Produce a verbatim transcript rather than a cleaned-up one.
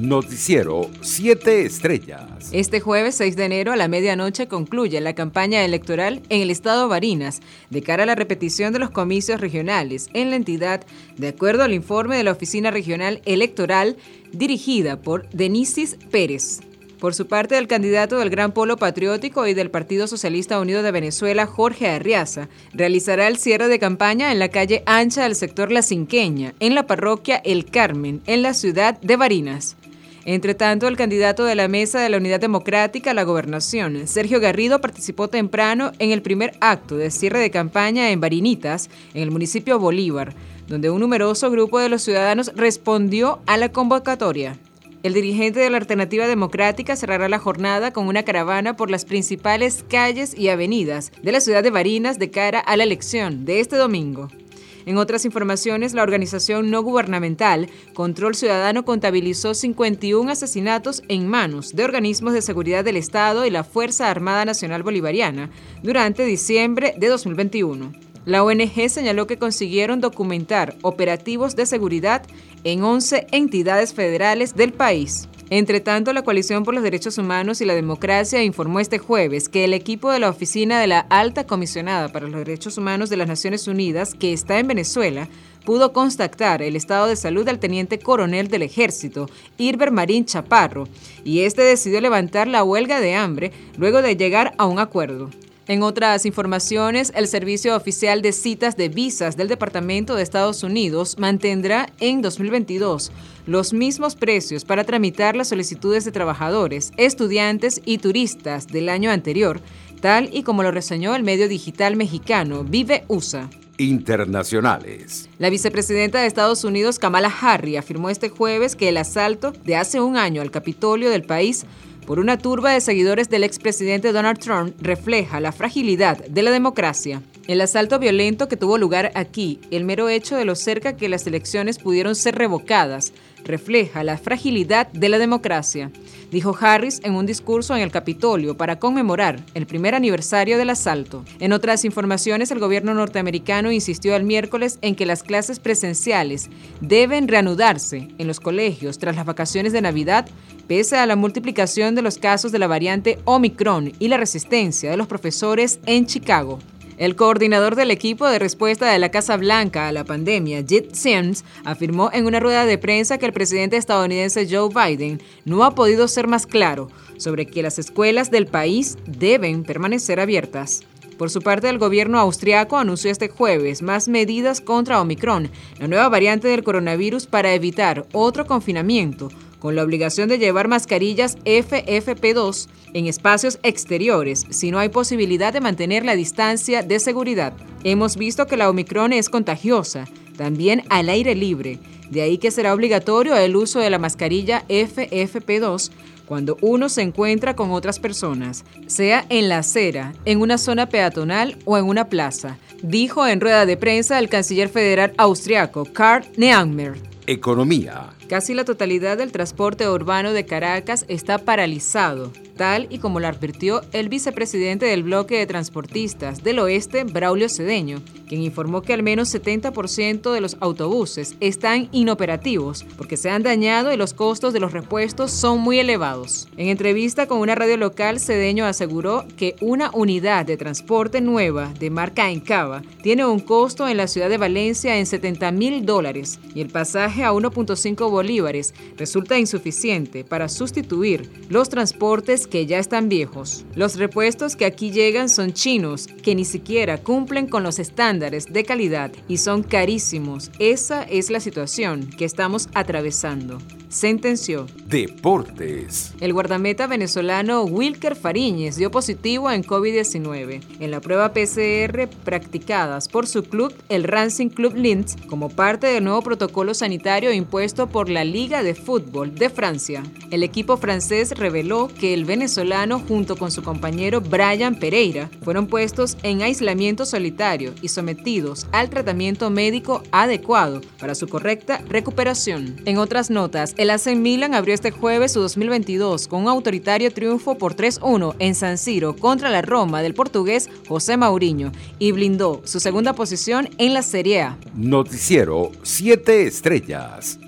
Noticiero siete Estrellas. Este jueves seis de enero a la medianoche concluye la campaña electoral en el estado Barinas de cara a la repetición de los comicios regionales en la entidad, de acuerdo al informe de la Oficina Regional Electoral dirigida por Denisis Pérez. Por su parte, el candidato del Gran Polo Patriótico y del Partido Socialista Unido de Venezuela, Jorge Arriaza, realizará el cierre de campaña en la calle ancha del sector La Cinqueña, en la parroquia El Carmen, en la ciudad de Barinas. Entre tanto, el candidato de la Mesa de la Unidad Democrática a la Gobernación, Sergio Garrido, participó temprano en el primer acto de cierre de campaña en Barinitas, en el municipio Bolívar, donde un numeroso grupo de los ciudadanos respondió a la convocatoria. El dirigente de la Alternativa Democrática cerrará la jornada con una caravana por las principales calles y avenidas de la ciudad de Barinas de cara a la elección de este domingo. En otras informaciones, la organización no gubernamental Control Ciudadano contabilizó cincuenta y uno asesinatos en manos de organismos de seguridad del Estado y la Fuerza Armada Nacional Bolivariana durante diciembre de dos mil veintiuno. La O N G señaló que consiguieron documentar operativos de seguridad en once entidades federales del país. Entre tanto, la Coalición por los Derechos Humanos y la Democracia informó este jueves que el equipo de la Oficina de la Alta Comisionada para los Derechos Humanos de las Naciones Unidas, que está en Venezuela, pudo constatar el estado de salud del teniente coronel del Ejército, Irber Marín Chaparro, y este decidió levantar la huelga de hambre luego de llegar a un acuerdo. En otras informaciones, el Servicio Oficial de Citas de Visas del Departamento de Estados Unidos mantendrá en dos mil veintidós los mismos precios para tramitar las solicitudes de trabajadores, estudiantes y turistas del año anterior, tal y como lo reseñó el medio digital mexicano Vive U S A. Internacionales. La vicepresidenta de Estados Unidos, Kamala Harris, afirmó este jueves que el asalto de hace un año al Capitolio del país por una turba de seguidores del expresidente Donald Trump refleja la fragilidad de la democracia. El asalto violento que tuvo lugar aquí, el mero hecho de lo cerca que las elecciones pudieron ser revocadas, refleja la fragilidad de la democracia, dijo Harris en un discurso en el Capitolio para conmemorar el primer aniversario del asalto. En otras informaciones, el gobierno norteamericano insistió el miércoles en que las clases presenciales deben reanudarse en los colegios tras las vacaciones de Navidad, pese a la multiplicación de los casos de la variante Omicron y la resistencia de los profesores en Chicago. El coordinador del equipo de respuesta de la Casa Blanca a la pandemia, Jet Sims, afirmó en una rueda de prensa que el presidente estadounidense Joe Biden no ha podido ser más claro sobre que las escuelas del país deben permanecer abiertas. Por su parte, el gobierno austriaco anunció este jueves más medidas contra Omicron, la nueva variante del coronavirus, para evitar otro confinamiento, con la obligación de llevar mascarillas F F P dos en espacios exteriores si no hay posibilidad de mantener la distancia de seguridad. Hemos visto que la Omicron es contagiosa, también al aire libre, de ahí que será obligatorio el uso de la mascarilla F F P dos cuando uno se encuentra con otras personas, sea en la acera, en una zona peatonal o en una plaza, dijo en rueda de prensa el canciller federal austriaco Karl Nehammer. Economía. Casi la totalidad del transporte urbano de Caracas está paralizado, tal y como lo advirtió el vicepresidente del bloque de transportistas del oeste, Braulio Cedeño, quien informó que al menos setenta por ciento de los autobuses están inoperativos porque se han dañado y los costos de los repuestos son muy elevados. En entrevista con una radio local, Cedeño aseguró que una unidad de transporte nueva de marca Encava tiene un costo en la ciudad de Valencia en setenta mil dólares y el pasaje a uno punto cinco bolívares resulta insuficiente para sustituir los transportes que ya están viejos. Los repuestos que aquí llegan son chinos, que ni siquiera cumplen con los estándares de calidad y son carísimos. Esa es la situación que estamos atravesando, sentenció. Deportes. El guardameta venezolano Wilker Fariñez dio positivo en COVID diecinueve en la prueba P C R practicadas por su club, el Racing Club Linz, como parte del nuevo protocolo sanitario impuesto por la Liga de Fútbol de Francia. El equipo francés reveló que el venezolano, junto con su compañero Brian Pereira, fueron puestos en aislamiento solitario y sometidos al tratamiento médico adecuado para su correcta recuperación. En otras notas, el A C Milan abrió este jueves su dos mil veintidós con un autoritario triunfo por tres uno en San Siro contra la Roma del portugués José Mourinho y blindó su segunda posición en la Serie A. Noticiero siete Estrellas.